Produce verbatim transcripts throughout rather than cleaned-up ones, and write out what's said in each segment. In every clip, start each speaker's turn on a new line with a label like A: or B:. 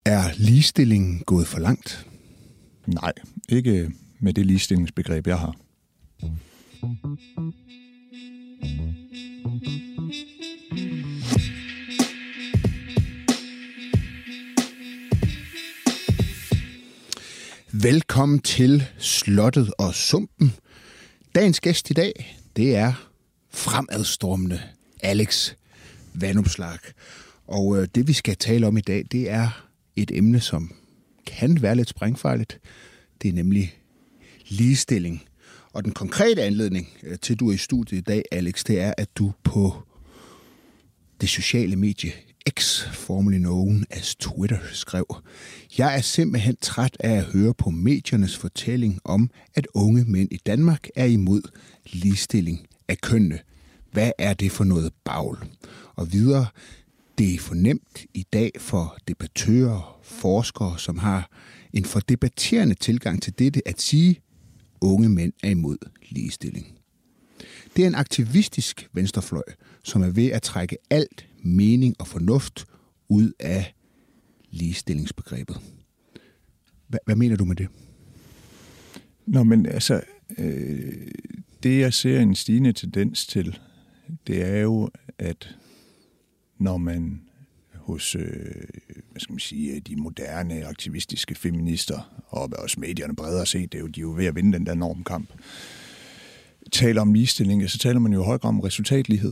A: Er ligestillingen gået for langt?
B: Nej, ikke med det ligestillingsbegreb, jeg har.
A: Velkommen til Slottet og Sumpen. Dagens gæst i dag, det er fremadstormende Alex Vanopslagh. Og øh, det vi skal tale om i dag, det er et emne, som kan være lidt sprængfarligt. Det er nemlig ligestilling. Og den konkrete anledning til, at du er i studiet i dag, Alex, det er, at du på det sociale medie X, formerly known as Twitter, skrev: Jeg er simpelthen træt af at høre på mediernes fortælling om, at unge mænd i Danmark er imod ligestilling af kønnene. Hvad er det for noget bagl? Og videre: Det er for nemt i dag for debattører, forskere, som har en for debatterende tilgang til dette, at sige, unge mænd er imod ligestilling. Det er en aktivistisk venstrefløj, som er ved at trække alt mening og fornuft ud af ligestillingsbegrebet. Hvad, hvad mener du med det?
B: Nå, men altså, øh, det jeg ser en stigende tendens til, det er jo, at når man hos øh, hvad skal man sige, de moderne aktivistiske feminister, og også medierne bredere set, det er jo, de er jo ved at vinde den der normkamp, taler om ligestilling, så taler man jo i høj grad om resultatlighed.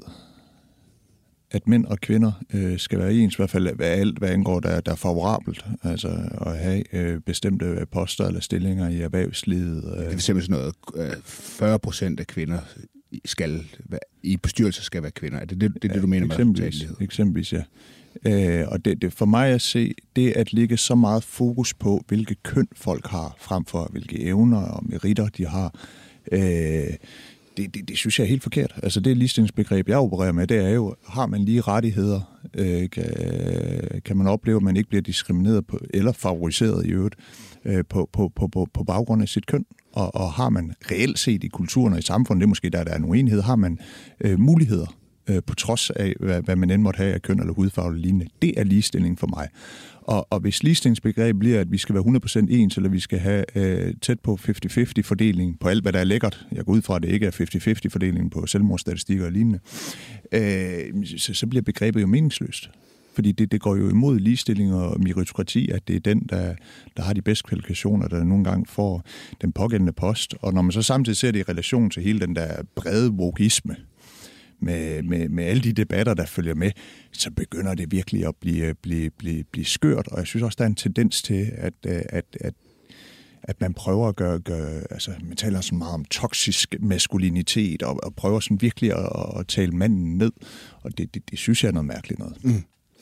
B: At mænd og kvinder øh, skal være ens, i hvert fald hvad alt, hvad angår, der, der er favorabelt. Altså at have øh, bestemte poster eller stillinger i erhvervslivet. Øh.
A: Det er simpelthen sådan noget, øh, fyrre procent af kvinder skal være, i bestyrelser skal være kvinder. Er det det, det, det, det du mener med resultatlighed?
B: Eksempelvis, ja. Øh, og det, det, for mig at se, det at lægge så meget fokus på, hvilke køn folk har, frem for hvilke evner og meritter de har, øh, Det, det, det synes jeg er helt forkert. Altså det ligestillingsbegreb, jeg opererer med, det er jo, har man lige rettigheder? Øh, kan, kan man opleve, at man ikke bliver diskrimineret på, eller favoriseret i øvrigt øh, på, på, på, på, på baggrund af sit køn? Og, og har man reelt set i kulturen og i samfundet, det er måske der, der er en uenighed, har man øh, muligheder øh, på trods af, hvad, hvad man end måtte have af køn eller hudfarve eller lignende. Det er ligestilling for mig. Og, og hvis ligestillingsbegreb bliver, at vi skal være hundrede procent ens, eller vi skal have øh, tæt på halvtreds halvtreds fordeling på alt, hvad der er lækkert, jeg går ud fra, at det ikke er halvtreds halvtreds fordeling på selvmordsstatistikker og lignende, øh, så, så bliver begrebet jo meningsløst. Fordi det, det går jo imod ligestilling og meritokrati, at det er den, der, der har de bedste kvalifikationer, der nogle gange får den pågældende post. Og når man så samtidig ser det i relation til hele den der brede wokeisme, Med, med, med alle de debatter, der følger med, så begynder det virkelig at blive, blive, blive, blive skørt. Og jeg synes også, der er en tendens til, at, at, at, at man prøver at gøre, gøre... Altså, man taler sådan meget om toksisk maskulinitet, og, og prøver sådan virkelig at, at tale manden ned. Og det, det, det synes jeg er noget mærkeligt noget. Mm.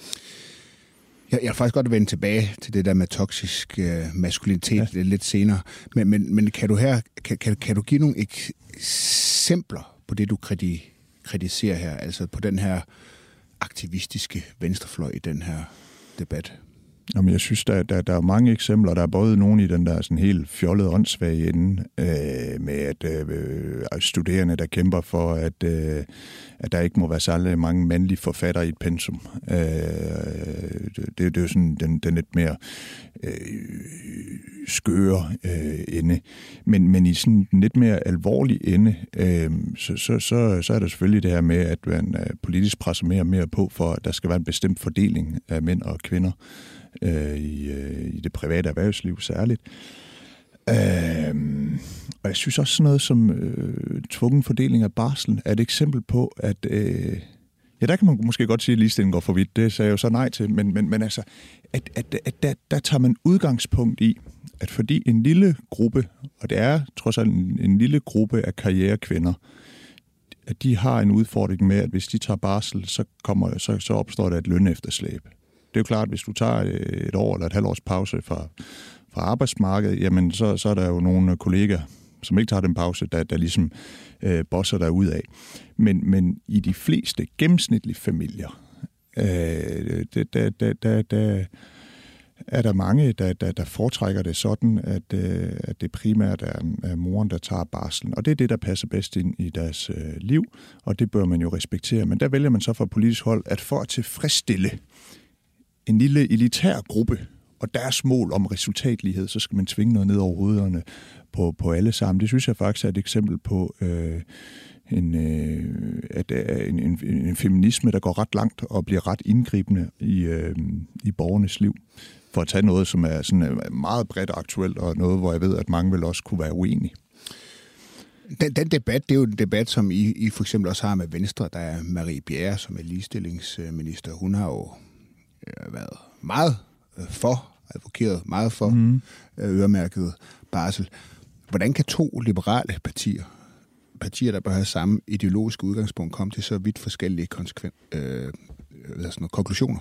A: Jeg, jeg vil faktisk godt vende tilbage til det der med toksisk øh, maskulinitet ja. lidt senere. Men, men, men kan du her kan, kan, kan du give nogle eksempler på det, du kritiserer kritiserer her, altså på den her aktivistiske venstrefløj i den her debat?
B: Jamen, jeg synes, der, der, der er mange eksempler. Der er både nogle i den der sådan helt fjollede åndssvage ende, øh, med at øh, studerende, der kæmper for, at, øh, at der ikke må være særlig mange mandlige forfattere i et pensum. Øh, det, det er jo sådan den, den lidt mere øh, skøre øh, ende. Men, men i sådan en lidt mere alvorlig ende, øh, så, så, så, så er der selvfølgelig det her med, at man politisk presser mere og mere på, for at der skal være en bestemt fordeling af mænd og kvinder I, i det private erhvervsliv særligt. Øhm, og jeg synes også sådan noget som øh, tvungen fordeling af barslen er et eksempel på, at øh, ja, der kan man måske godt sige, at ligestillingen går for vidt. Det sagde jeg jo så nej til, men, men, men altså, at, at, at der, der tager man udgangspunkt i, at fordi en lille gruppe, og det er trods alt en, en lille gruppe af karrierekvinder, at de har en udfordring med, at hvis de tager barsel, så, kommer, så, så opstår der et lønefterslæb. Det er jo klart, at hvis du tager et år eller et halvt års pause fra, fra arbejdsmarkedet, jamen så, så er der jo nogle kolleger, som ikke tager den pause, der, der ligesom øh, bosser der ud af. Men, men i de fleste gennemsnitlige familier, øh, der, der, der, der, der er der mange, der, der, der foretrækker det sådan, at, øh, at det primært er, er moren, der tager barslen. Og det er det, der passer bedst ind i deres øh, liv, og det bør man jo respektere. Men der vælger man så fra politisk hold, at for at tilfredsstille en lille elitær gruppe og deres mål om resultatlighed, så skal man tvinge noget ned over hovederne på, på alle sammen. Det synes jeg faktisk er et eksempel på øh, en, øh, at, en, en, en feminisme, der går ret langt og bliver ret indgribende i, øh, i borgernes liv. For at tage noget, som er sådan meget bredt aktuelt, og noget, hvor jeg ved, at mange vil også kunne være uenige.
A: Den, den debat, det er jo en debat, som I, I for eksempel også har med Venstre. Der er Marie Bjerre, som er ligestillingsminister. Hun har jo øh, været meget øh, for, advokeret meget for mm. øh, øremærket barsel. Hvordan kan to liberale partier, partier, der bør have samme ideologiske udgangspunkt, komme til så vidt forskellige konsekven- øh, sådan noget, konklusioner?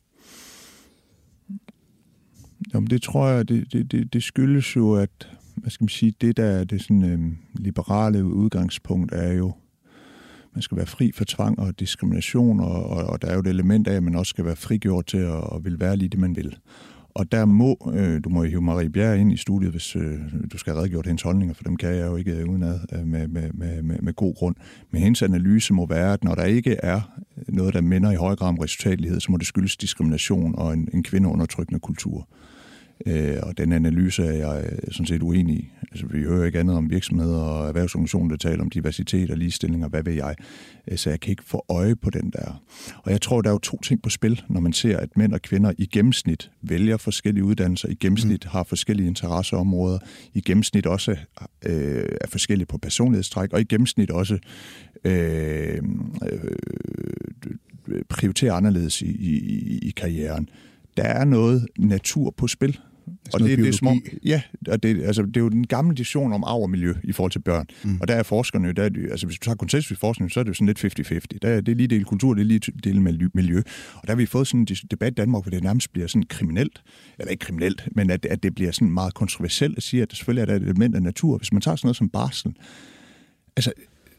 B: Jamen, det tror jeg, det, det, det, det skyldes jo, at hvad skal man sige, det der det sådan, øhm, liberale udgangspunkt er jo, man skal være fri for tvang og diskrimination, og, og, og der er jo et element af, at man også skal være frigjort til at, at vil være lige det, man vil. Og der må, øh, du må hive Marie Bjerre ind i studiet, hvis øh, du skal have redegjort hendes holdninger, for dem kan jeg jo ikke udenad øh, med, med, med, med, med god grund. Men hendes analyse må være, at når der ikke er noget, der minder i høj grad om resultatlighed, så må det skyldes diskrimination og en, en kvindeundertrykkende kultur. Øh, og den analyse er jeg sådan set uenig i. Altså, vi hører ikke andet om virksomheder og erhvervsorganisationer, der taler om diversitet og ligestilling og hvad ved jeg. Så jeg kan ikke få øje på den der. Og jeg tror, der er jo to ting på spil, når man ser, at mænd og kvinder i gennemsnit vælger forskellige uddannelser, i gennemsnit har forskellige interesseområder, i gennemsnit også øh, er forskellige på personlighedstræk, og i gennemsnit også øh, øh, prioriterer anderledes i, i, i karrieren. Der er noget natur på spil. Og det, det er som om, ja, og det, altså, det er jo den gamle diskussion om arv og miljø i forhold til børn. Mm. Og der er forskerne, der er, altså hvis du tager konsensus forskning, så er det jo sådan lidt halvtreds halvtreds. Der er, det er lige del kultur, det er lige del miljø. Og der har vi fået sådan en debat i Danmark, hvor det nærmest bliver sådan kriminelt, eller ikke kriminelt, men at, at det bliver sådan meget kontroversielt at sige, at selvfølgelig er der et element af natur. Hvis man tager sådan noget som barsel, altså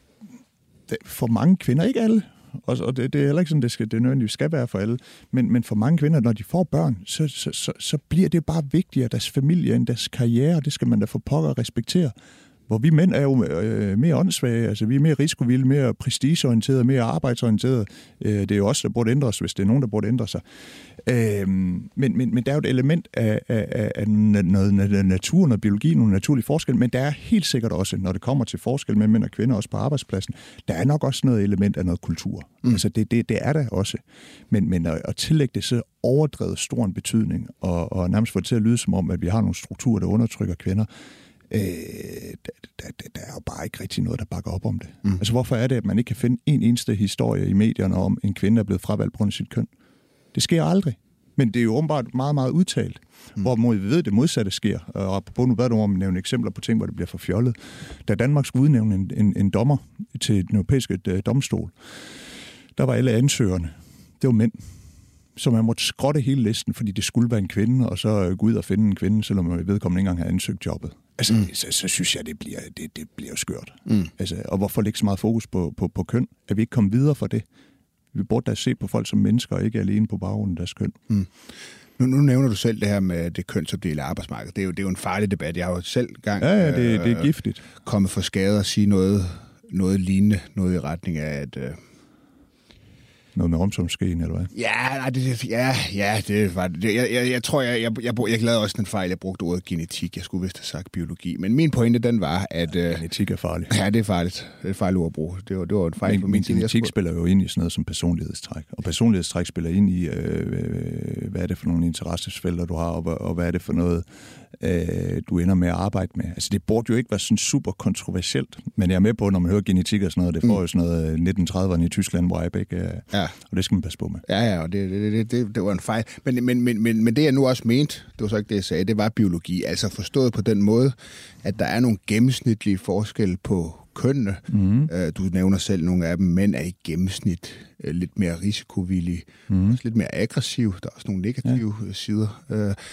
B: for mange kvinder, ikke alle, og det, det er heller ikke sådan, det, skal, det nødvendigvis skal være for alle, men, men for mange kvinder, når de får børn, så, så, så, så bliver det bare vigtigere, deres familie end deres karriere, det skal man da få pokker at respektere. Hvor vi mænd er jo øh, mere åndssvage, altså vi er mere risikovilde, mere prestigeorienterede, mere arbejdsorienterede. Øh, det er jo også der burde ændres, hvis det er nogen, der burde ændre sig. Øh, men, men, men der er jo et element af, af, af noget natur, noget biologi, nogle naturlige forskel, men der er helt sikkert også, når det kommer til forskel mellem mænd og kvinder, også på arbejdspladsen, der er nok også noget element af noget kultur. Mm. Altså det, det, det er der også. Men, men at, at tillægge det så overdrevet stor en betydning, og, og nærmest få det til at lyde som om, at vi har nogle strukturer, der undertrykker kvinder, Øh, der, der, der er jo bare ikke rigtig noget, der bakker op om det. Mm. Altså, hvorfor er det, at man ikke kan finde en eneste historie i medierne om, en kvinde er blevet fravalgt på grund af sit køn? Det sker aldrig. Men det er jo åbenbart meget, meget udtalt. Mm. Hvor vi ved, at det modsatte sker. Og på nu hvad du om at nævne eksempler på ting, hvor det bliver for fjollet. Da Danmark skulle udnævne en, en, en dommer til den europæiske uh, domstol, der var alle ansøgerne. Det var mænd. Så man måtte skrotte hele listen, fordi det skulle være en kvinde, og så gå ud og finde en kvinde, selvom man vedkommende ikke engang havde ansøgt jobbet. Altså, mm. så, så synes jeg, det bliver, det, det bliver skørt. Mm. Altså, og hvorfor lægge så meget fokus på, på, på køn? Er vi ikke kommet videre for det? Vi burde da se på folk som mennesker, og ikke alene på baggrund af deres køn.
A: Mm. Nu, nu nævner du selv det her med det kønsopdelte arbejdsmarked. Det er jo, det er jo en farlig debat. Jeg har jo selv gang
B: ja, ja, det, øh, det er giftigt.
A: kommet for skade og sige noget, noget lignende, noget i retning af, at... Øh,
B: Noget med omsorgsskeen, eller hvad?
A: Ja, nej, det, ja, ja, det var det. Jeg, jeg, jeg tror, jeg, jeg, jeg, jeg lavede også den fejl, jeg brugte ordet genetik. Jeg skulle vist have sagt biologi. Men min pointe, den var, at...
B: Ja, genetik er farligt.
A: Ja, det er farligt. Det er et farligt ord at bruge. Det var, det var en fejl
B: men,
A: på min
B: men
A: side.
B: Genetik spiller jo ind i sådan noget som personlighedstræk. Og personlighedstræk spiller ind i, øh, hvad er det for nogle interessesfelter, du har, og, og hvad er det for noget, øh, du ender med at arbejde med. Altså, det burde jo ikke være sådan super kontroversielt. Men jeg er med på, når man hører genetik og sådan noget, det får mm. jo sådan noget nitten trediverne i Tyskland, hvor jeg begge... Øh, ja. Og det skal man passe på med.
A: Ja, ja, og det, det, det, det var en fejl. Men, men, men, men, men det, jeg nu også mente, det var så ikke det, jeg sagde, det var biologi. Altså forstået på den måde, at der er nogle gennemsnitlige forskelle på kønnene. Mm-hmm. Du nævner selv nogle af dem. Mænd er i gennemsnit lidt mere risikovillige, mm-hmm. også lidt mere aggressive. Der er også nogle negative ja. sider.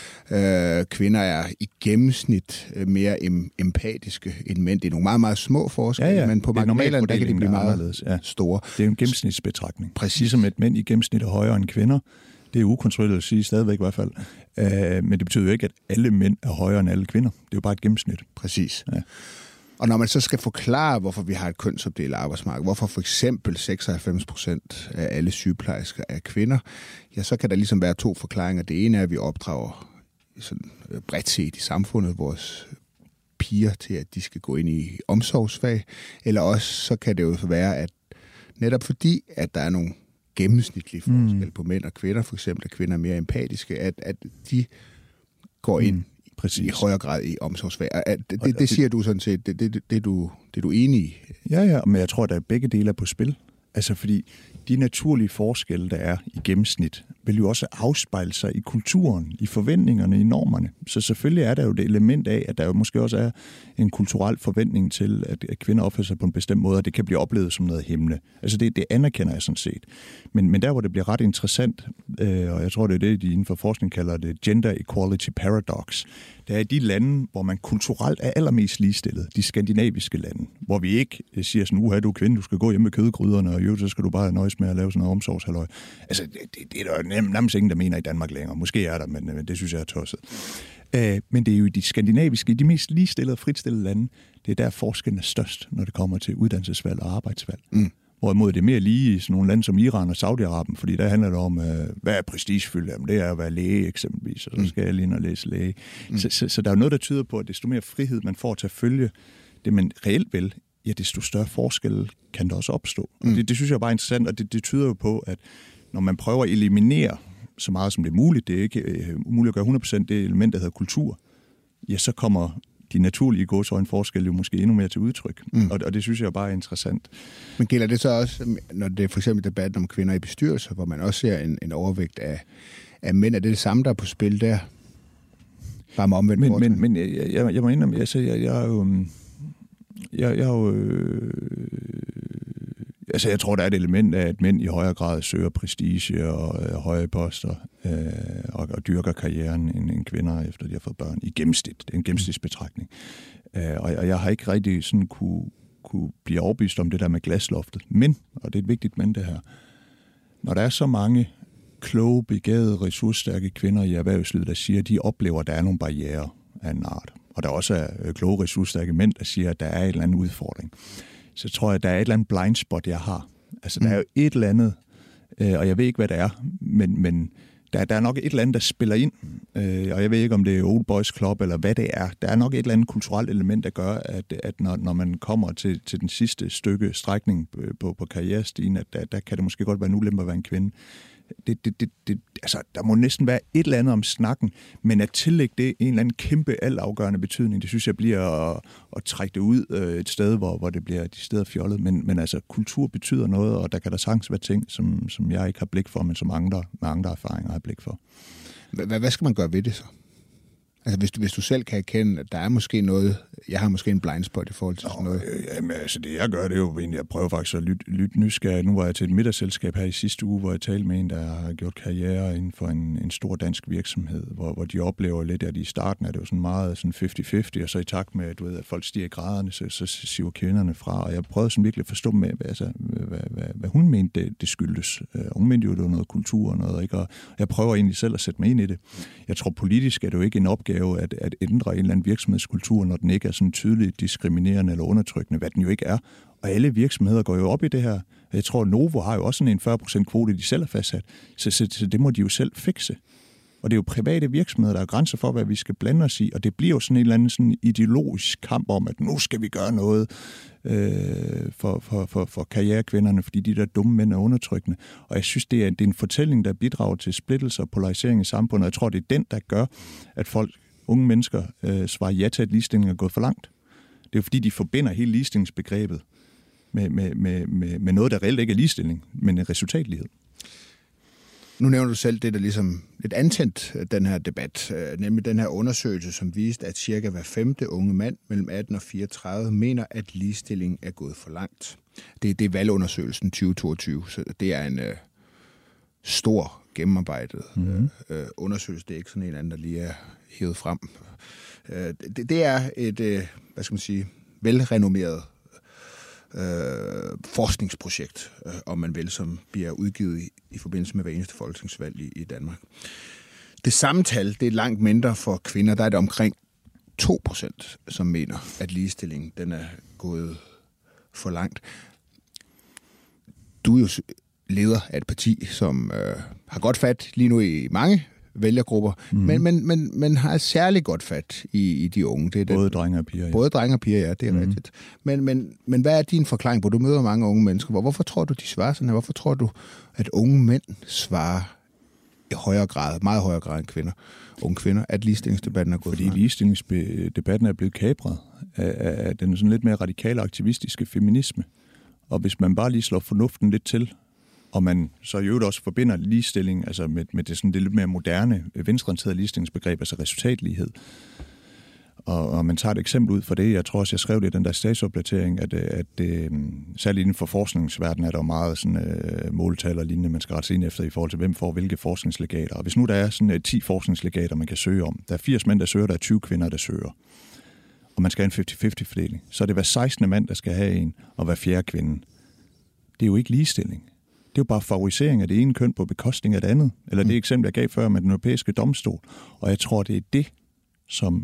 A: Øh, kvinder er i gennemsnit mere em- empatiske end mænd. Det er nogle meget, meget små forskelle, ja, ja. men på marginalerne, der kan de blive meget ja. store.
B: Det er jo en gennemsnitsbetragtning. Præcis. Ligesom et mænd i gennemsnit er højere end kvinder. Det er ukontrolleret at sige, stadigvæk i hvert fald. Øh, men det betyder jo ikke, at alle mænd er højere end alle kvinder. Det er jo bare et gennemsnit.
A: Præcis. Ja. Og når man så skal forklare, hvorfor vi har et kønsopdelt arbejdsmarked, hvorfor for eksempel seksoghalvfems procent af alle sygeplejersker er kvinder, ja, så kan der ligesom være to forklaringer. Det ene er, at vi opdrager sådan bredt set i samfundet vores piger til, at de skal gå ind i omsorgsfag, eller også så kan det jo være, at netop fordi, at der er nogle gennemsnitlige forskel mm. på mænd og kvinder, for eksempel at kvinder er mere empatiske, at, at de går ind mm. i højere grad i omsorgsfag. At det, det, det siger du sådan set, det, det, det, det, du, det er du enig i?
B: Ja, ja, men jeg tror, at der er begge dele er på spil. Altså fordi de naturlige forskelle, der er i gennemsnit, vil jo også afspejle sig i kulturen, i forventningerne, i normerne. Så selvfølgelig er der jo det element af, at der jo måske også er en kulturel forventning til, at, at kvinder opfører sig på en bestemt måde, og det kan blive oplevet som noget hæmmende. Altså det, det anerkender jeg sådan set. Men, men der, hvor det bliver ret interessant, øh, og jeg tror, det er det, de inden for forskning kalder det gender equality paradox, det er de lande, hvor man kulturelt er allermest ligestillet, de skandinaviske lande, hvor vi ikke siger sådan, uha, du er kvinde, du skal gå hjem med kødgryderne, og jo, så skal du bare nøjes med at lave sådan noget omsorgshalløj. Altså, det, det, det er der nærmest ingen, der mener i Danmark længere. Måske er der, men, men det synes jeg er tosset. Øh, men det er jo i de skandinaviske, de mest ligestillede og fritstillede lande, det er der forskellen er størst, når det kommer til uddannelsesvalg og arbejdsvalg. Mm. Hvorimod det er mere lige i sådan nogle lande som Iran og Saudi-Arabien, fordi der handler det om, øh, hvad er prestigefyldt? Jamen, det er at være læge eksempelvis, og så skal jeg lige ind og læse læge. Mm. Så, så, så der er noget, der tyder på, at desto mere frihed man får til at følge det, man reelt vil, ja, desto større forskel kan der også opstå. Mm. Det, det synes jeg er bare interessant, og det, det tyder jo på, at når man prøver at eliminere så meget som det er muligt, det er ikke øh, umuligt at gøre hundrede procent det element, der hedder kultur, ja, så kommer de naturlige gåseøjne forskelle jo måske endnu mere til udtryk. Mm. Og, og det synes jeg bare er interessant. Men
A: gælder det så også, når det er for eksempel debatten om kvinder i bestyrelser, hvor man også ser en, en overvægt af, af mænd, er det det samme, der er på spil der? Bare med omvendt
B: men, men, men jeg, jeg, jeg må indrømme, altså, jeg, jeg er jo... Jeg, jeg er jo... Øh, altså, jeg tror, der er et element af, at mænd i højere grad søger prestige og øh, høje poster øh, og, og dyrker karrieren end, end kvinder, efter de har fået børn. I gennemsnit. Det er en gennemsnitsbetragtning. Øh, og, og jeg har ikke rigtig sådan kunne, kunne blive overbevist om det der med glasloftet. Men, og det er et vigtigt men det her, når der er så mange kloge, begavede, ressourcestærke kvinder i erhvervslivet, der siger, at de oplever, at der er nogle barrierer af en art, og der også er kloge, ressourcestærke mænd, der siger, at der er en eller anden udfordring, så tror jeg, at der er et eller andet blind spot, jeg har. Altså, der er jo et eller andet, øh, og jeg ved ikke, hvad det er, men, men der, der er nok et eller andet, der spiller ind, øh, og jeg ved ikke, om det er Old Boys Club, eller hvad det er. Der er nok et eller andet kulturelt element, der gør, at, at når, når man kommer til, til den sidste stykke strækning på, på karrierestigen, at der, der kan det måske godt være en ulempe at være en kvinde. Det, det, det, det, altså, der må næsten være et eller andet om snakken, men at tillægge det en eller anden kæmpe altafgørende betydning, det synes jeg bliver at, at trække det ud et sted, hvor, hvor det bliver de steder fjollet. Men, men altså, kultur betyder noget, og der kan der sagtens være ting, som, som jeg ikke har blik for, men som andre med andre erfaringer har blik for.
A: Hvad, hvad skal man gøre ved det så? Altså, hvis du, hvis du selv kan erkende, at der er måske noget, jeg har måske en blind spot i forhold til sådan noget.
B: Øh, jamen, altså, det jeg gør, det er jo egentlig, jeg prøver faktisk at lytte, lytte nysgerrig. Nu var jeg til et middagsselskab her i sidste uge, hvor jeg talte med en, der har gjort karriere inden for en, en stor dansk virksomhed, hvor, hvor de oplever lidt, at i starten er det jo sådan meget sådan halvtreds halvtreds, og så i takt med, du ved, at folk stiger i graderne, så, så siver kvinderne fra. Og jeg prøvede sådan virkelig at forstå, med, altså, hvad, hvad, hvad hun mente, det, det skyldes. Hun mente jo, det var noget kultur og noget, ikke? Og jeg prøver egentlig selv at sætte mig ind i det. Jeg tror, politisk er det jo ikke en opgave At, at ændre en eller anden virksomhedskultur, når den ikke er sådan tydeligt diskriminerende eller undertrykkende, hvad den jo ikke er. Og alle virksomheder går jo op i det her. Jeg tror, Novo har jo også sådan en fyrre procent kvote, de selv har fastsat. Så, så, så det må de jo selv fikse. Og det er jo private virksomheder, der er grænser for, hvad vi skal blande os i. Og det bliver jo sådan en eller anden sådan ideologisk kamp om, at nu skal vi gøre noget øh, for, for, for, for karrierekvinderne, fordi de der dumme mænd er undertrykkende. Og jeg synes, det er, det er en fortælling, der bidrager til splittelse og polarisering i samfundet. Og jeg tror, det er den, der gør, at folk, unge mennesker, øh, svarer ja til, at ligestilling er gået for langt. Det er jo fordi, de forbinder hele ligestillingsbegrebet med, med, med, med, med noget, der reelt ikke er ligestilling, men en resultatlighed.
A: Nu nævner du selv det, der ligesom lidt antændt den her debat, nemlig den her undersøgelse, som viste, at cirka hver femte unge mand mellem atten og fireogtredive mener, at ligestilling er gået for langt. Det, det er valgundersøgelsen tyve toogtyve, så det er en øh, stor, gennemarbejdet mm-hmm. øh, undersøgelse. Det er ikke sådan en anden, der lige er hævet frem. Øh, det, det er et, øh, hvad skal man sige, velrenommeret Øh, forskningsprojekt, øh, om man vil, som bliver udgivet i, i forbindelse med hver eneste folketingsvalg i, i Danmark. Det samme tal, det er langt mindre for kvinder. Der er det omkring to procent, som mener, at ligestillingen den er gået for langt. Du er jo leder af et parti, som øh, har godt fat lige nu i mange vælgergrupper, mm. men, men, men, men har særlig godt fat i, i de unge. Det er
B: både
A: den,
B: drenge og piger. Ja.
A: Både drenge og piger, ja, det er mm. rigtigt. Men, men, men hvad er din forklaring på, du møder mange unge mennesker, hvor, hvorfor tror du, de svarer sådan her? Hvorfor tror du, at unge mænd svarer i højere grad, meget højere grad end kvinder, unge kvinder, at ligestillingsdebatten er gået?
B: Fordi ligestillingsdebatten er blevet kapret af, af den sådan lidt mere radikale aktivistiske feminisme. Og hvis man bare lige slår fornuften lidt til, og man så i øvrigt også forbinder ligestilling altså med, med det, sådan, det lidt mere moderne, venstreorienterede ligestillingsbegreb, altså resultatlighed. Og, og man tager et eksempel ud for det. Jeg tror også, jeg skrev det i den der statsopdatering, at, at øh, særligt inden for forskningsverdenen er der jo meget sådan, øh, måltal og lignende, man skal rette sig ind efter i forhold til, hvem får hvilke forskningslegater. Og hvis nu der er sådan øh, ti forskningslegater, man kan søge om, der er firs mænd, der søger, der er tyve kvinder, der søger, og man skal have en halvtreds halvtreds fordeling, så er det hver sekstende mand, der skal have en, og hver fjerde kvinde. Det er jo ikke ligestilling. Det er jo bare favorisering af det ene køn på bekostning af det andet. Eller det eksempel, jeg gav før med den europæiske domstol. Og jeg tror, det er det, som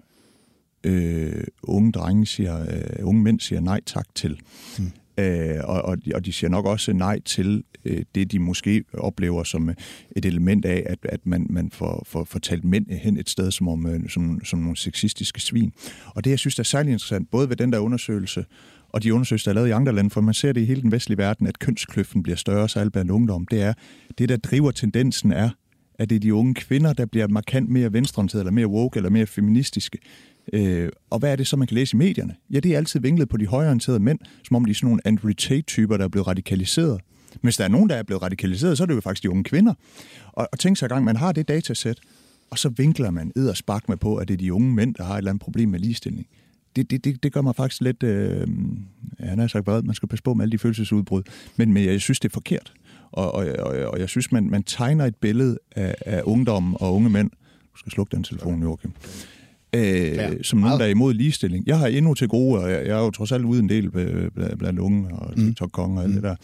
B: øh, unge drenge siger, øh, unge mænd siger nej tak til. Mm. Øh, og, og, de, og de siger nok også nej til øh, det, de måske oplever som et element af, at, at man, man får, får, får talt mænd hen et sted som, om, som, som nogle sexistiske svin. Og det, jeg synes, der er særlig interessant, både ved den der undersøgelse, og de undersøgelser, der er lavet i andre lande, for man ser det i hele den vestlige verden, at kønskløften bliver større, særligt blandt ungdom. Det er, det der driver tendensen er, at det er de unge kvinder, der bliver markant mere venstreorienterede, eller mere woke, eller mere feministiske. Øh, og hvad er det så, man kan læse i medierne? Ja, det er altid vinklet på de højreorienterede mænd, som om de er sådan nogle Andrew Tate-typer, der er blevet radikaliseret. Men hvis der er nogen, der er blevet radikaliseret, så er det jo faktisk de unge kvinder. Og, og tænk sig gang, man har det datasæt, og så vinkler man ed og spark med på, at det er de unge mænd, der har et eller andet problem med ligestilling. Det, det, det, det gør mig faktisk lidt, øh, ja, han har sagt hvad, man skal passe på med alle de følelsesudbrud, men, men jeg synes, det er forkert. Og, og, og, og jeg synes, man, man tegner et billede af, af ungdom og unge mænd. Du skal slukke den telefon, Joachim. Øh, ja, som nogen, der er imod ligestilling. Jeg har endnu til gode, og jeg, jeg er jo trods alt ude en del blandt unge og TikTok-konger og alt mm. det der.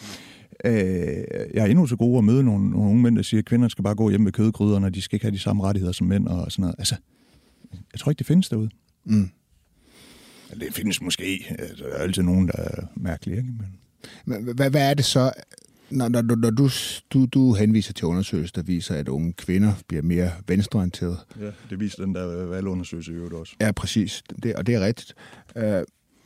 B: Øh, jeg har endnu til gode at møde nogle, nogle unge mænd, der siger, at kvinder skal bare gå hjem med kødgryderne, og de skal ikke have de samme rettigheder som mænd og sådan noget. Altså, jeg tror ikke, det findes derude. Mm. Det findes måske. Der er altid nogen, der er mærkelige. Ikke?
A: Men hvad, hvad er det så, når, når, når du, du, du henviser til undersøgelser, der viser, at unge kvinder bliver mere venstreorienterede?
B: Ja, det viser den der valgundersøgelse i øvrigt også.
A: Ja, præcis. Det, og det er rigtigt. Uh, er,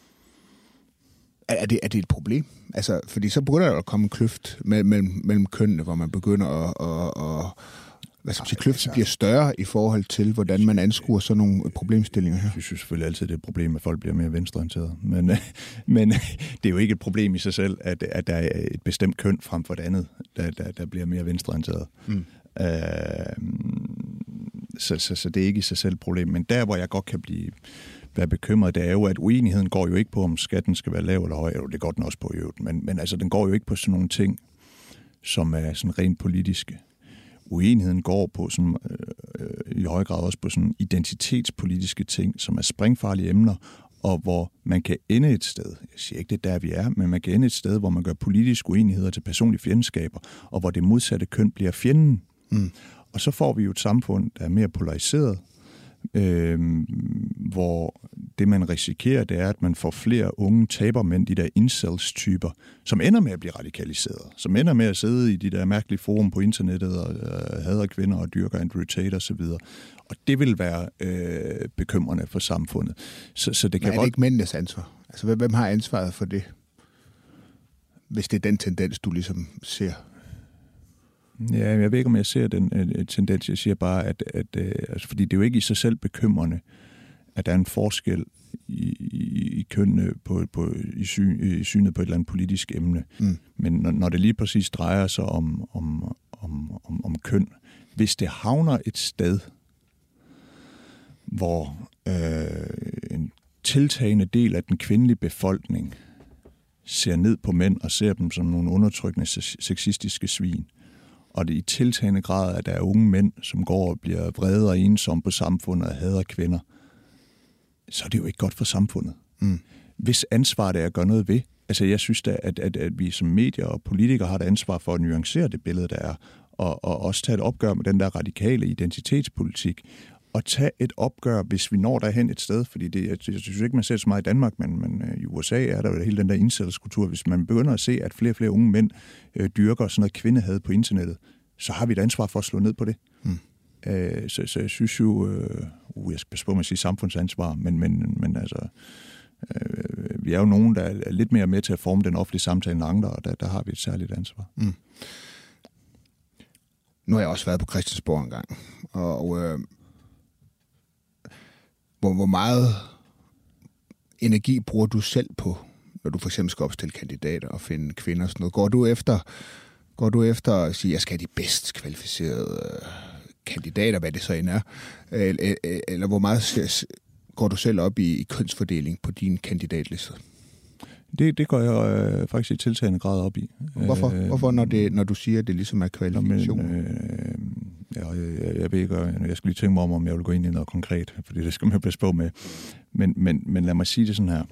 A: er, det, er det et problem? Altså, fordi så begynder der at komme en kløft mellem, mellem, mellem kønnene, hvor man begynder at... at, at hvad skal man sige, kløften bliver større i forhold til, hvordan man anskuer sådan nogle problemstillinger her?
B: Jeg synes selvfølgelig altid, det er et problem, at folk bliver mere venstreorienterede. Men, men det er jo ikke et problem i sig selv, at, at der er et bestemt køn frem for det andet, der, der, der bliver mere venstreorienteret. Mm. Uh, så, så, så det er ikke i sig selv et problem. Men der, hvor jeg godt kan blive være bekymret, det er jo, at uenigheden går jo ikke på, om skatten skal være lav eller høj. Det går den også på i øvrigt. Men, men altså, den går jo ikke på sådan nogle ting, som er sådan rent politiske. Uenigheden går på sådan, øh, i høj grad også på sådan identitetspolitiske ting, som er springfarlige emner, og hvor man kan ende et sted, jeg siger ikke, det er der, vi er, men man kan ende et sted, hvor man gør politiske uenigheder til personlige fjendskaber, og hvor det modsatte køn bliver fjenden. Mm. Og så får vi jo et samfund, der er mere polariseret, øh, hvor det, man risikerer, det er, at man får flere unge tabermænd, de der incels-typer, som ender med at blive radikaliseret, som ender med at sidde i de der mærkelige forum på internettet og øh, hader kvinder og dyrker Andrew Tate og så videre. Og det vil være øh, bekymrende for samfundet. Så, så det kan
A: Men er det godt... ikke mændenes ansvar? Altså, hvem har ansvaret for det? Hvis det er den tendens, du ligesom ser.
B: Ja, jeg ved ikke, om jeg ser den øh, tendens. Jeg siger bare, at, at øh, altså, fordi det er jo ikke i sig selv bekymrende, at der er en forskel i, i, i kønnene på, på, i, syn, i synet på et eller andet politisk emne. Mm. Men når, når det lige præcis drejer sig om, om, om, om, om køn, hvis det havner et sted, hvor øh, en tiltagende del af den kvindelige befolkning ser ned på mænd og ser dem som nogle undertrykkende sexistiske svin, og det i tiltagende grad, at der er unge mænd, som går og bliver vrede og ensomme på samfundet og hader kvinder, så er det jo ikke godt for samfundet. Mm. Hvis ansvar det er at gøre noget ved, altså jeg synes da, at, at, at vi som medier og politikere har et ansvar for at nuancere det billede, der er, og, og også tage et opgør med den der radikale identitetspolitik, og tage et opgør, hvis vi når derhen et sted, fordi det, jeg, jeg synes ikke, man ser så meget i Danmark, men, men i U S A er der jo hele den der incelskultur. Hvis man begynder at se, at flere og flere unge mænd øh, dyrker sådan noget kvindehad på internettet, så har vi et ansvar for at slå ned på det. Mm. Øh, så, så jeg synes jo, øh, uh, jeg skal passe på med at sige samfundsansvar, men, men, men altså, øh, vi er jo nogen, der er lidt mere med til at forme den offentlige samtale end andre, og der, der har vi et særligt ansvar. Mm.
A: Nu har jeg også været på Christiansborg en gang, og øh, hvor, hvor meget energi bruger du selv på, når du for eksempel skal opstille kandidater og finde kvinder og sådan noget? Går du efter, går du efter at sige, at jeg skal have de bedst kvalificerede øh, kandidater, hvad det så end er? Eller, eller hvor meget går du selv op i, i kønsfordeling på din kandidatliste?
B: Det, det går jeg øh, faktisk i tiltagende grad op i.
A: Hvorfor? Øh, Hvorfor når, det, når du siger, at det ligesom er kvalifikation?
B: Men, øh, ja, jeg, jeg, jeg ved ikke, jeg skal lige tænke mig om, om jeg vil gå ind i noget konkret, fordi det skal man jo passe på med. Men, men, men lad mig sige det sådan her.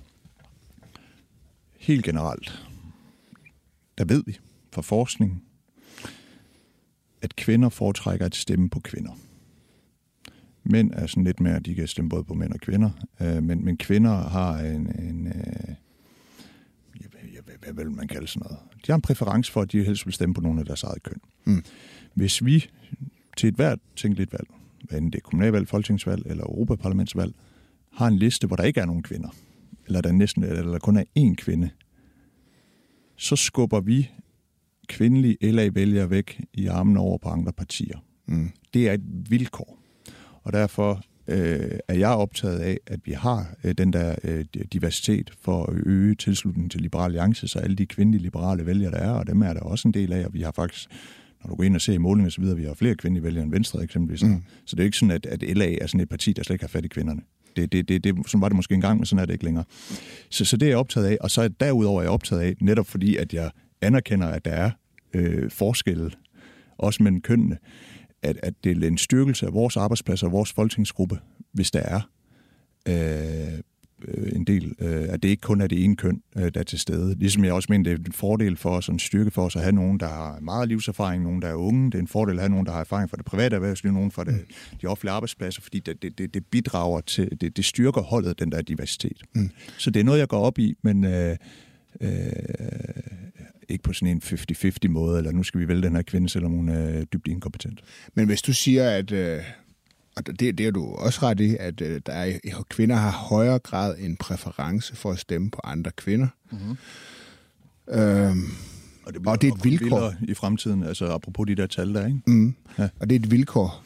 B: Helt generelt, der ved vi fra forskning, at kvinder foretrækker at stemme på kvinder. Mænd er sådan lidt mere, at de kan stemme både på mænd og kvinder, øh, men, men kvinder har en, en øh, hvad vil man kalde sådan noget? De har en præference for, at de helst vil stemme på nogle af deres eget køn. Mm. Hvis vi til et hvert tænkeligt valg, hvad enten det er kommunalvalg, folketingsvalg eller europaparlamentsvalg, har en liste, hvor der ikke er nogen kvinder, eller der, næsten, eller der kun er én kvinde, så skubber vi kvindelige L A-vælgere væk i armen over på andre partier. Mm. Det er et vilkår. Og derfor øh, er jeg optaget af, at vi har øh, den der øh, diversitet for at øge tilslutningen til Liberal Alliance, så alle de kvindelige liberale vælgere, der er, og dem er der også en del af, og vi har faktisk, når du går ind og ser i målinger og så videre, vi har flere kvindelige vælgere end Venstre eksempelvis. Mm. Så det er ikke sådan, at, at L A er sådan et parti, der slet ikke har fat i kvinderne. Det, det, det, det, sådan var det måske engang, men sådan er det ikke længere. Så, så det er jeg optaget af, og så er derudover er jeg optaget af, netop fordi, at jeg anerkender, at der er øh, forskelle, også mellem kønnene, at, at det er en styrkelse af vores arbejdspladser og vores folketingsgruppe, hvis der er øh, en del, øh, at det ikke kun er det ene køn, øh, der er til stede. Ligesom jeg også mener, det er en fordel for os, og en styrke for os at have nogen, der har meget livserfaring, nogen, der er unge. Det er en fordel at have nogen, der har erfaring fra det private erhvervsliv, nogen fra det, de offentlige arbejdspladser, fordi det, det, det bidrager til, det, det styrker holdet, den der diversitet. Mm. Så det er noget, jeg går op i, men øh, øh, ikke på sådan en halvtreds halvtreds måde, eller nu skal vi vælge den her kvinde, selvom hun er dybt inkompetent. Men hvis du siger, at øh, og det, det er du også ret i, at øh, der er, kvinder har højere grad en præference for at stemme på andre kvinder. Mm-hmm. Øhm, og, det og det er et vilkår. I fremtiden, altså apropos de der tal der, ikke?
A: Mm. Ja. Og det er et vilkår.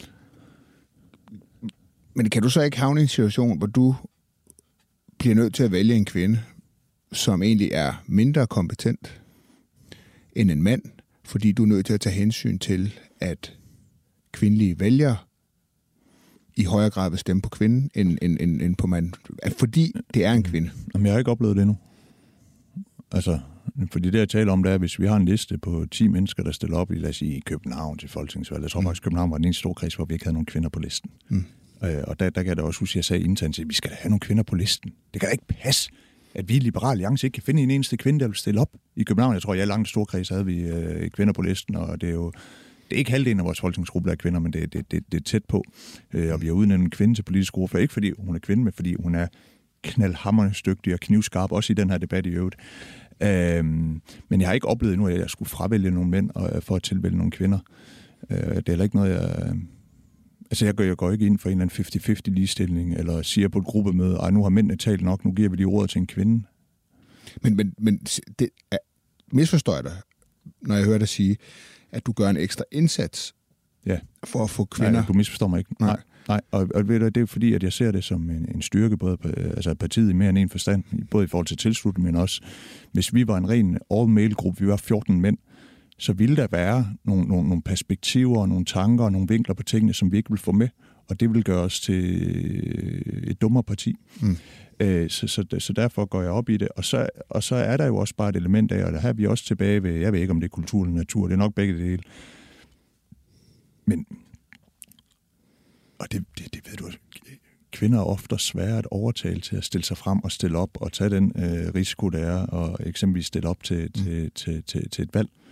A: Men kan du så ikke havne i en situation, hvor du bliver nødt til at vælge en kvinde, som egentlig er mindre kompetent end en mand, fordi du er nødt til at tage hensyn til, at kvindelige vælgere i højere grad vil stemme på kvinden, end, end, end, end på manden. Fordi det er en kvinde.
B: Jamen, jeg har ikke oplevet det endnu. Altså, fordi det, jeg taler om, det er, hvis vi har en liste på ti mennesker, der stiller op i, lad os sige, i København til folketingsvalg. Jeg tror faktisk, København var den eneste store kreds, hvor vi ikke havde nogen kvinder på listen. Mm. Øh, og der, der kan jeg da også huske, at jeg sagde internt, at vi skal da have nogle kvinder på listen. Det kan da ikke passe, at vi i Liberal Alliance ikke kan finde en eneste kvinde, der vil stille op i København. Jeg tror, at i alle langt store kreds havde vi øh, kvinder på listen, og det er jo det er ikke halvdelen af vores folketingsgruppe, der er kvinder, men det, det, det, det er tæt på. Øh, og vi har udnævnt en kvinde til politisk ordfører, ikke fordi hun er kvinde, men fordi hun er knaldhamrende dygtig og knivskarp, også i den her debat i øvrigt. Øh, men jeg har ikke oplevet endnu, at jeg skulle fravælge nogle mænd og, for at tilvælge nogle kvinder. Øh, det er heller ikke noget, jeg... Altså, jeg går, jeg går ikke ind for en eller anden halvtreds halvtreds ligestilling, eller siger på et gruppemøde, ej, nu har mændene talt nok, nu giver vi de ordet til en kvinde.
A: Men, men, men det er, misforstår jeg dig, når jeg hører dig sige, at du gør en ekstra indsats
B: ja.
A: for at få kvinder...
B: Nej, du misforstår mig ikke. Nej. Nej. Og, og ved du, det er fordi, at jeg ser det som en, en styrke, både på, altså partiet i mere end en forstand, både i forhold til tilslutning, men også, hvis vi var en ren all-male-gruppe, vi var fjorten mænd, så ville der være nogle, nogle, nogle perspektiver, nogle tanker og nogle vinkler på tingene, som vi ikke vil få med, og det vil gøre os til et dummere parti. Mm. Øh, så, så, så derfor går jeg op i det, og så, og så er der jo også bare et element af, og der har vi også tilbage ved, jeg ved ikke, om det er kultur eller natur, det er nok begge dele. Men, og det, det, det ved du, kvinder er ofte svære at overtale til at stille sig frem og stille op, og tage den øh, risiko, der er, og eksempelvis stille op til, mm. til, til, til, til et valg.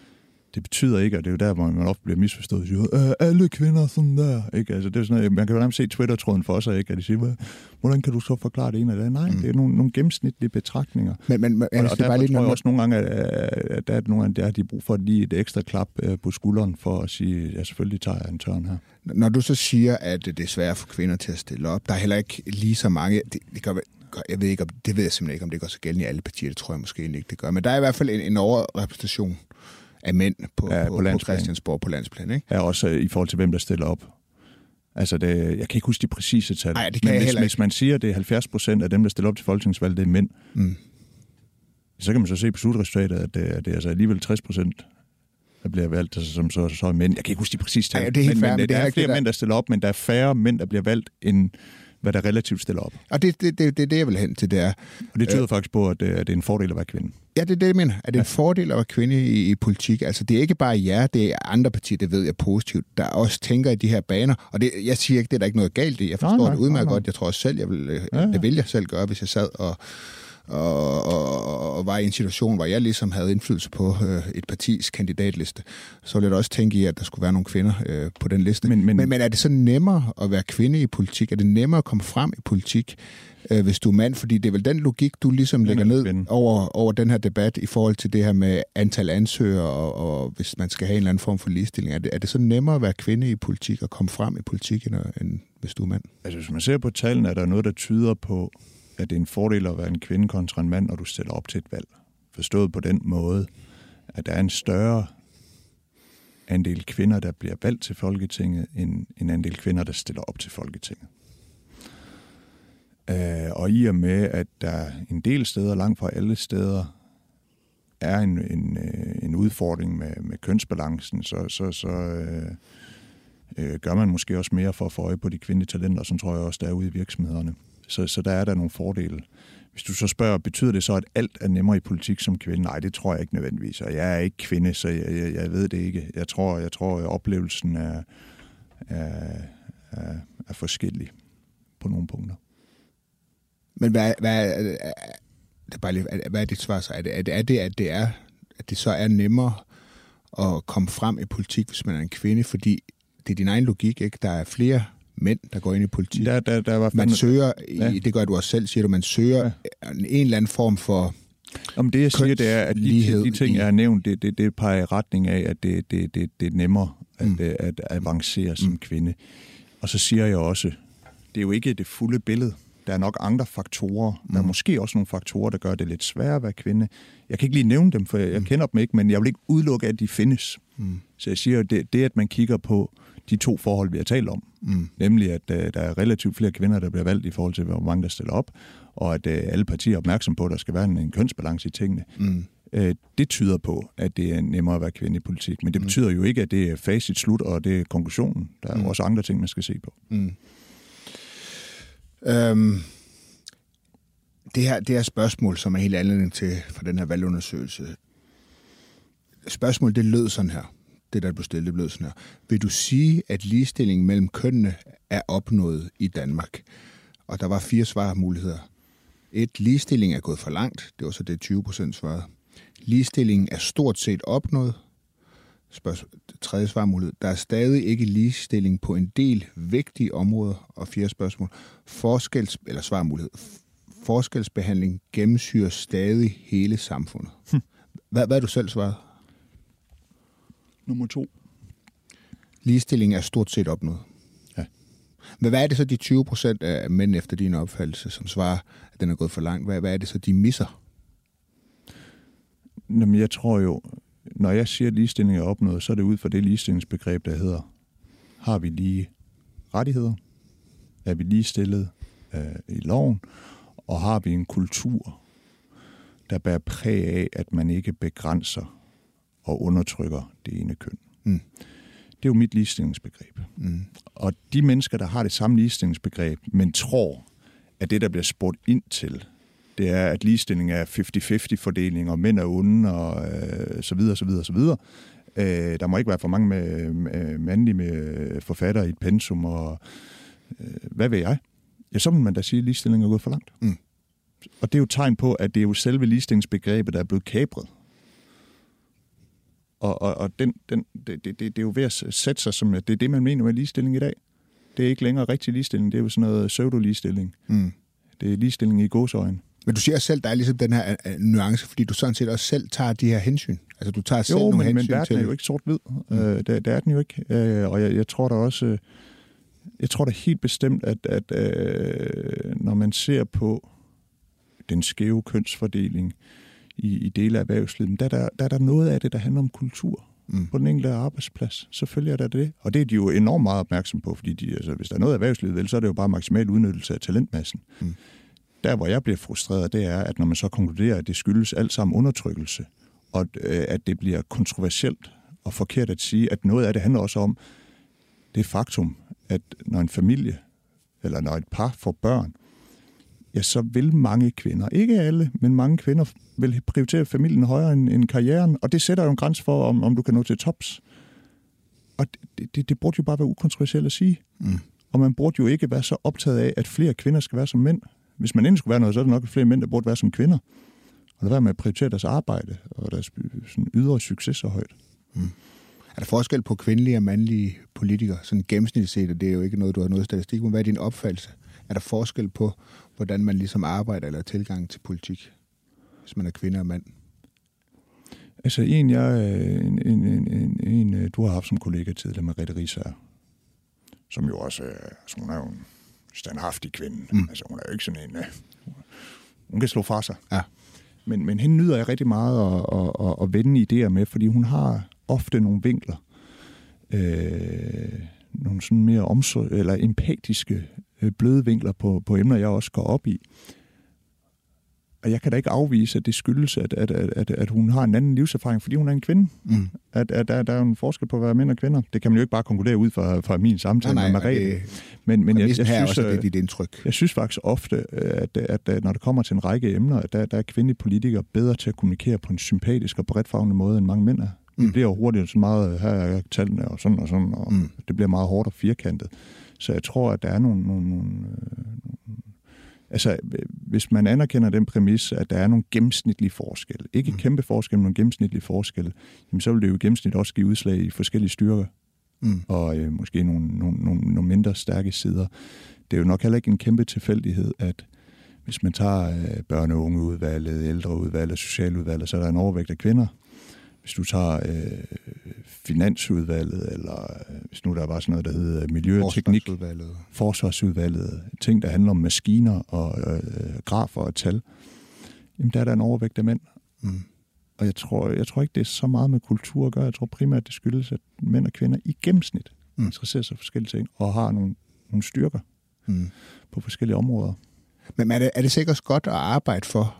B: Det betyder ikke, og det er jo der, hvor man ofte bliver misforstået, og siger, alle kvinder sådan der, ikke? Altså, det er sådan noget, man kan jo nærmest se Twitter-tråden for sig, ikke? At de siger, hvordan kan du så forklare det ene eller det? Nej, mm. det er nogle, nogle gennemsnitlige betragtninger.
A: Men, men, men,
B: og, og derfor
A: bare
B: tror jeg også nogle gange, at, at der er nogle gange, der de brug for lige et ekstra klap på skulderen for at sige, ja, selvfølgelig tager jeg en tørn her.
A: Når du så siger, at det er svært for kvinder til at stille op, der er heller ikke lige så mange, det, det gør, jeg ved ikke, om, det ved jeg simpelthen ikke, om det går så gældende i alle partier, det tror jeg måske ikke, det gør, men der er i hvert fald en, en overrepræsentation af mænd på, ja, på, på, på Christiansborg på landsplan, ikke?
B: Ja, også i forhold til, hvem der stiller op. Altså, det, jeg kan ikke huske de præcise tal.
A: Nej, det kan
B: men
A: jeg
B: hvis, hvis man siger, at det er halvfjerds procent af dem, der stiller op til folketingsvalg, det er mænd, mm. så kan man så se på slutresultatet, at det, at det er altså alligevel tres procent, der bliver valgt, altså, som så, så er mænd. Jeg kan ikke huske de præcise tal.
A: Ja, det er helt
B: men,
A: men,
B: men
A: det
B: der
A: er
B: er flere
A: der...
B: mænd, der stiller op, men der er færre mænd, der bliver valgt, end hvad der relativt stiller op.
A: Og det er det, det, det, det, jeg vil hen til, det er...
B: Og det tyder øh, faktisk på, at det, at det er en fordel at være kvinde.
A: Ja, det er det, jeg mener. At det er en fordel at være kvinde i, i politik. Altså, det er ikke bare jer, det er andre partier, det ved jeg positivt, der også tænker i de her baner. Og det, jeg siger ikke, det er der ikke noget galt i. Jeg forstår nej, nej, det udmærket godt. Jeg tror også selv, jeg vil, ja, ja. det vil jeg selv gøre, hvis jeg sad og... Og, og, og var i en situation, hvor jeg ligesom havde indflydelse på øh, et partis kandidatliste, så ville jeg da også tænke i, at der skulle være nogle kvinder øh, på den liste. Men, men, men, men er det så nemmere at være kvinde i politik? Er det nemmere at komme frem i politik, øh, hvis du er mand? Fordi det er vel den logik, du ligesom lægger ned over, over den her debat i forhold til det her med antal ansøgere, og, og hvis man skal have en eller anden form for ligestilling. Er det, er det så nemmere at være kvinde i politik og komme frem i politik, end, end hvis du er mand?
B: Altså, hvis man ser på tallene, er der noget, der tyder på, at det er en fordel at være en kvinde kontra en mand, når du stiller op til et valg. Forstået på den måde, at der er en større andel kvinder, der bliver valgt til Folketinget, end en andel kvinder, der stiller op til Folketinget. Øh, og i og med, at der en del steder, langt fra alle steder, er en, en, en udfordring med, med kønsbalancen, så, så, så øh, øh, gør man måske også mere for at få øje på de kvindelige talenter, som tror jeg også, der er ude i virksomhederne. Så, så der er der nogle fordele. Hvis du så spørger, betyder det så, at alt er nemmere i politik som kvinde? Nej, det tror jeg ikke nødvendigvis. Og jeg er ikke kvinde, så jeg, jeg, jeg ved det ikke. Jeg tror, jeg tror at oplevelsen er, er, er, er forskellig på nogle punkter.
A: Men hvad, hvad, er, det er bare lige, hvad er dit svar så? Er det, er det, er det, at det er, at det så er nemmere at komme frem i politik, hvis man er en kvinde? Fordi det er din egen logik, ikke? Der er flere mænd, der går ind i politik.
B: Der, der, der var
A: man søger, ja. i, det gør du også selv, siger du, man søger ja. en eller anden form for
B: Om det, jeg siger, det er, at de, de ting, jeg har nævnt, det, det, det peger i retning af, at det, det, det, det er nemmere at, mm. at, at avancere som mm. kvinde. Og så siger jeg også, det er jo ikke det fulde billede. Der er nok andre faktorer. Mm. Der er måske også nogle faktorer, der gør det lidt sværere at være kvinde. Jeg kan ikke lige nævne dem, for jeg, jeg kender dem ikke, men jeg vil ikke udelukke, at de findes. Mm. Så jeg siger, det, det at man kigger på de to forhold, vi har talt om. Mm. Nemlig, at uh, der er relativt flere kvinder, der bliver valgt i forhold til, hvor mange der stiller op, og at uh, alle partier er opmærksom på, at der skal være en, en kønsbalance i tingene. Mm. Uh, det tyder på, at det er nemmere at være kvinde i politik. Men det mm. betyder jo ikke, at det er facit slut, og det er konklusionen. Der er mm. også andre ting, man skal se på. Mm.
A: Um, det, her, det her spørgsmål, som er helt anledning til for den her valgundersøgelse. Spørgsmålet, det lød sådan her. Det, der blev stillet, det blev sådan her. Vil du sige, at ligestilling mellem kønnene er opnået i Danmark? Og der var fire svarmuligheder. Et, ligestilling er gået for langt. Det var så det tyve procent svarede. Ligestilling er stort set opnået. Spørgsmål, tredje svarmulighed. Der er stadig ikke ligestilling på en del vigtige områder. Og fjerde spørgsmål. Forskels, eller svarmulighed. Forskelsbehandling gennemsyrer stadig hele samfundet. Hm. Hvad, hvad er du selv svaret?
B: Nummer to.
A: Ligestilling er stort set opnået.
B: Ja.
A: Men hvad er det så de tyve procent af mænd efter din opfattelse, som svarer, at den er gået for langt? Hvad, hvad er det så, de misser?
B: Jamen, jeg tror jo, når jeg siger, at ligestilling er opnået, så er det ud fra det ligestillingsbegreb, der hedder, har vi lige rettigheder? Er vi ligestillet øh, i loven? Og har vi en kultur, der bærer præg af, at man ikke begrænser og undertrykker det ene køn. Mm. Det er jo mit ligestillingsbegreb. Mm. Og de mennesker, der har det samme ligestillingsbegreb, men tror, at det, der bliver spurgt ind til, det er, at ligestilling er halvtreds halvtreds fordeling, og mænd er onde, og øh, så videre, så videre, så videre. Øh, der må ikke være for mange med, med mandlige med forfattere i et pensum, og øh, hvad ved jeg? Ja, så må man da sige, at ligestilling er gået for langt. Mm. Og det er jo et tegn på, at det er jo selve ligestillingsbegrebet, der er blevet kapret. Og, og, og den, den, det, det, det er jo ved at sætte sig som, at det er det, man mener med ligestilling i dag. Det er ikke længere rigtig ligestilling, det er jo sådan noget pseudo-ligestilling. Mm. Det er ligestilling i gåseøjne.
A: Men du siger selv, der er ligesom den her uh, nuance, fordi du sådan set også selv tager de her hensyn. Altså du tager selv
B: jo,
A: nogle
B: men,
A: hensyn til...
B: Jo, men verden er jo ikke sort-hvid. Mm. Uh, det, det er den jo ikke. Uh, og jeg, jeg tror da også... Uh, jeg tror da helt bestemt, at, at uh, når man ser på den skæve kønsfordeling i, i dele af erhvervslivet, der, der, der er der noget af det, der handler om kultur. Mm. På den enkelte arbejdsplads. Selvfølgelig er der det. Og det er de jo enormt meget opmærksom på, fordi de, altså, hvis der er noget erhvervslivet vel, så er det jo bare maksimal udnyttelse af talentmassen. Mm. Der, hvor jeg bliver frustreret, det er, at når man så konkluderer, at det skyldes alt sammen undertrykkelse, og øh, at det bliver kontroversielt og forkert at sige, at noget af det handler også om det faktum, at når en familie, eller når et par får børn, ja, så vil mange kvinder, ikke alle, men mange kvinder vil prioritere familien højere end, end karrieren, og det sætter jo en grænse for, om, om du kan nå til tops. Og det, det, det burde jo bare være ukontroversielt at sige. Mm. Og man burde jo ikke være så optaget af, at flere kvinder skal være som mænd. Hvis man endelig skulle være noget, så er det nok flere mænd, der burde være som kvinder. Og det være med at prioritere deres arbejde og deres sådan ydre succes så højt.
A: Mm. Er der forskel på kvindelige og mandlige politikere? Sådan gennemsnitligt set, det er jo ikke noget, du har noget statistik, men hvad er din opfattelse? Er der forskel på, hvordan man ligesom arbejder eller tilgang til politik, hvis man er kvinde og mand?
B: Altså en, jeg, en, en, en, en du har haft som kollega tidligere, Merete Riisager, som jo også, altså hun er jo en standhaftig kvinde. Mm. Altså hun er jo ikke sådan en, hun kan slå fra sig. Ja. Men, men hende nyder jeg rigtig meget at, at, at, at vende idéer med, fordi hun har ofte nogle vinkler, øh, nogle sådan mere omsorg, eller empatiske bløde vinkler på, på emner, jeg også går op i. Og jeg kan da ikke afvise, at det skyldes, at, at, at, at hun har en anden livserfaring, fordi hun er en kvinde. Mm. At, at der, der er en forskel på at være mænd og kvinder. Det kan man jo ikke bare konkludere ud fra, fra min samtale nej, nej, med Merete. Det, men men jeg, jeg, jeg, synes, også, det er dit indtryk. Jeg synes faktisk ofte, at, at, at når det kommer til en række emner, at der, der er kvindelige politikere bedre til at kommunikere på en sympatisk og bredtfavnende måde, end mange mænd er. Mm. Det bliver jo hurtigt sådan meget, her er tallene og sådan og sådan, og mm. det bliver meget hårdt og firkantet. Så jeg tror, at der er nogle, nogle, nogle, nogle... Altså, hvis man anerkender den præmis, at der er nogle gennemsnitlige forskelle, ikke mm. kæmpe forskelle, men nogle gennemsnitlige forskelle, jamen så vil det jo i gennemsnit også give udslag i forskellige styrker, mm. og øh, måske nogle, nogle, nogle, nogle mindre stærke sider. Det er jo nok heller ikke en kæmpe tilfældighed, at hvis man tager øh, børne- og ungeudvalget, ældreudvalget, socialudvalget, så er der en overvægt af kvinder. Hvis du tager øh, finansudvalget, eller øh, hvis nu der var sådan noget, der hedder miljø og teknik, forsvarsudvalget. forsvarsudvalget, ting, der handler om maskiner og øh, grafer og tal, jamen der er der en overvægt af mænd. Mm. Og jeg tror, jeg tror ikke, det er så meget med kultur at gøre. Jeg tror primært, det skyldes, at mænd og kvinder i gennemsnit mm. interesserer sig for forskellige ting, og har nogle, nogle styrker mm. på forskellige områder.
A: Men er det, er det sikkert godt at arbejde for,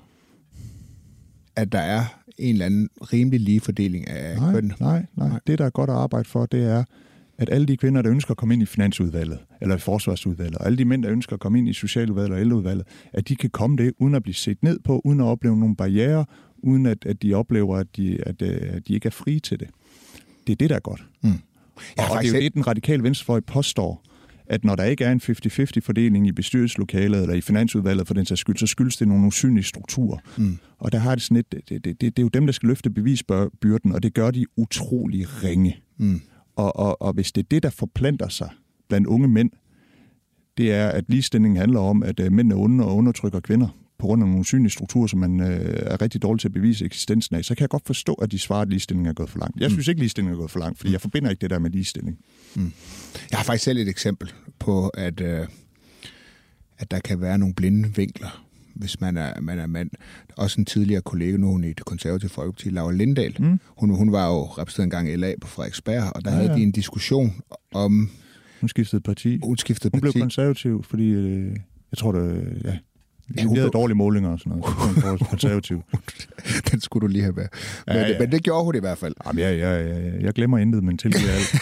A: at der er en eller anden rimelig lige fordeling af
B: nej,
A: køn?
B: Nej, nej, nej. Det, der er godt at arbejde for, det er, at alle de kvinder, der ønsker at komme ind i finansudvalget, eller i forsvarsudvalget, og alle de mænd, der ønsker at komme ind i socialudvalget og ældreudvalget, at de kan komme det, uden at blive set ned på, uden at opleve nogle barrierer, uden at, at de oplever, at de, at, at de ikke er frie til det. Det er det, der er godt. Mm. Og, og det er jo det, den radikale venstrefløj påstår, at når der ikke er en halvtreds halvtreds fordeling i bestyrelseslokalet eller i finansudvalget for den sags skyld, så skyldes det nogle usynlige strukturer. Mm. Og der har det sådan et, det, det, det, det er jo dem, der skal løfte bevisbyrden, og det gør de utrolig ringe. Mm. Og, og, og hvis det er det, der forplanter sig blandt unge mænd, det er, at ligestillingen handler om, at uh, mænd er onde og undertrykker kvinder på grund af nogle usynlige strukturer, som man uh, er rigtig dårlig til at bevise eksistensen af, så kan jeg godt forstå, at de svarer, at ligestillingen er gået for langt. Jeg synes ikke, at ligestillingen er gået for langt, fordi jeg forbinder ikke det der med ligestilling. Mm. Jeg
A: har faktisk selv et eksempel på, at, øh, at der kan være nogle blinde vinkler, hvis man er, man er mand. Også en tidligere kollega nu, hun i det konservative Folkeparti, Laura Lindahl. Mm. Hun, hun var jo repræsenteret engang i L A på Frederiksberg, og der ja, ja. havde de en diskussion om...
B: Hun skiftede parti.
A: Hun skiftede
B: hun
A: parti.
B: blev konservativ, fordi øh, jeg tror, det... Ja. Ja, hun havde dårlige målinger og sådan noget, så hun konservativ.
A: Den skulle du lige have været. Men, ja, ja. men det gjorde hun i hvert fald.
B: Jamen, jeg, jeg, jeg, jeg glemmer intet, men tilgiver alt.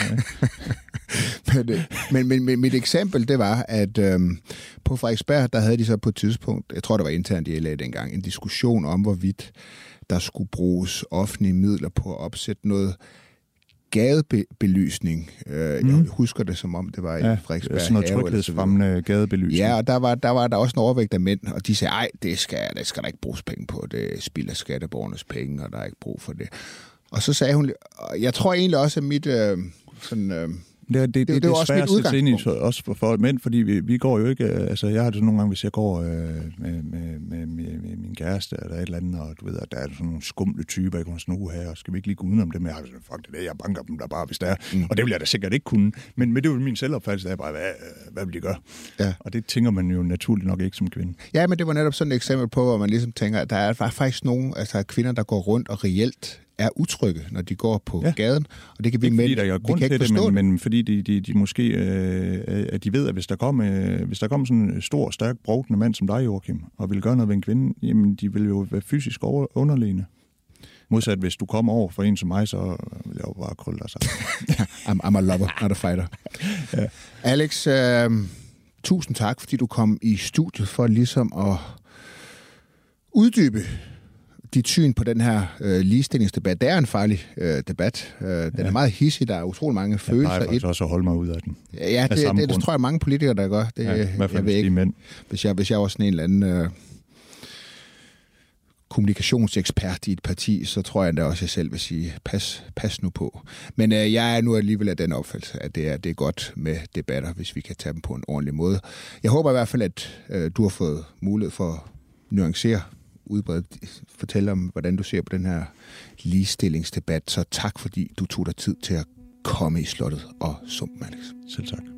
A: Ja. men, men, men, men mit eksempel, det var, at øhm, på Frederiksberg, der havde de så på et tidspunkt, jeg tror, det var internt i L A dengang, en diskussion om, hvorvidt der skulle bruges offentlige midler på at opsætte noget gadebelysning. Mm. Jeg husker det, som om det var i ja, Frederiksberg.
B: Sådan noget tryghedsfremmende gadebelysning.
A: Ja, og der var, der var der også en overvægt af mænd, og de sagde, ej, det skal, det skal der ikke bruges penge på. Det spilder skatteborgernes penge, og der er ikke brug for det. Og så sagde hun, jeg tror egentlig også, at mit øh, sådan... Øh,
B: Det, det, det, det, det er
A: også
B: svært at sætte ind i, også for, for mænd, fordi vi, vi går jo ikke... Altså, jeg har det sådan nogle gange, hvis jeg går øh, med, med, med, med min kæreste eller et eller andet, og du ved, at der er sådan nogle skumle typer, jeg kunne snu her, og skal vi ikke lige gå udenom dem? Jeg har sådan, fuck det der, jeg banker dem der bare, hvis der er. Mm. Og det vil jeg da sikkert ikke kunne. Men, men det er jo min selvopfattelse, der er bare, hvad, hvad vil de gøre? Ja. Og det tænker man jo naturligt nok ikke som kvinde.
A: Ja, men det var netop sådan et eksempel på, hvor man ligesom tænker, at der er faktisk nogle altså, kvinder, der går rundt og reelt er utrygge, når de går på ja. gaden, og det kan vi mænd,
B: fordi der er grund til det, men, men fordi de, de, de måske øh, at de ved, at hvis der kommer øh, hvis der kommer sådan en stor, stærk, brovtende mand som dig, Joachim, og vil gøre noget ved en kvinde, jamen de vil jo være fysisk underlegne. Modsat hvis du kommer over for en som mig, så vil jeg jo bare krølle dig sammen.
A: I'm, I'm a lover, not a fighter. Ja. Alex, øh, tusind tak, fordi du kom i studiet for ligesom at uddybe dit syn på den her øh, ligestillingsdebat. Det er en farlig øh, debat. Øh, den ja. er meget hissig, der er utrolig mange følelser. Jeg
B: plejer også at holde mig ud af den.
A: Ja, det, det, det, det tror jeg mange politikere, der gør. Det,
B: ja, i hvert fald
A: jeg ikke,
B: mænd.
A: Hvis jeg, hvis jeg var sådan en eller anden øh, kommunikationsekspert i et parti, så tror jeg endda også, jeg selv vil sige, pas, pas nu på. Men øh, jeg er nu alligevel af den opfattelse, at det er, det er godt med debatter, hvis vi kan tage dem på en ordentlig måde. Jeg håber i hvert fald, at øh, du har fået mulighed for at nuancere udbredt, fortælle om, hvordan du ser på den her ligestillingsdebat. Så tak, fordi du tog dig tid til at komme i slottet og sumpen, Alex.
B: Selv tak.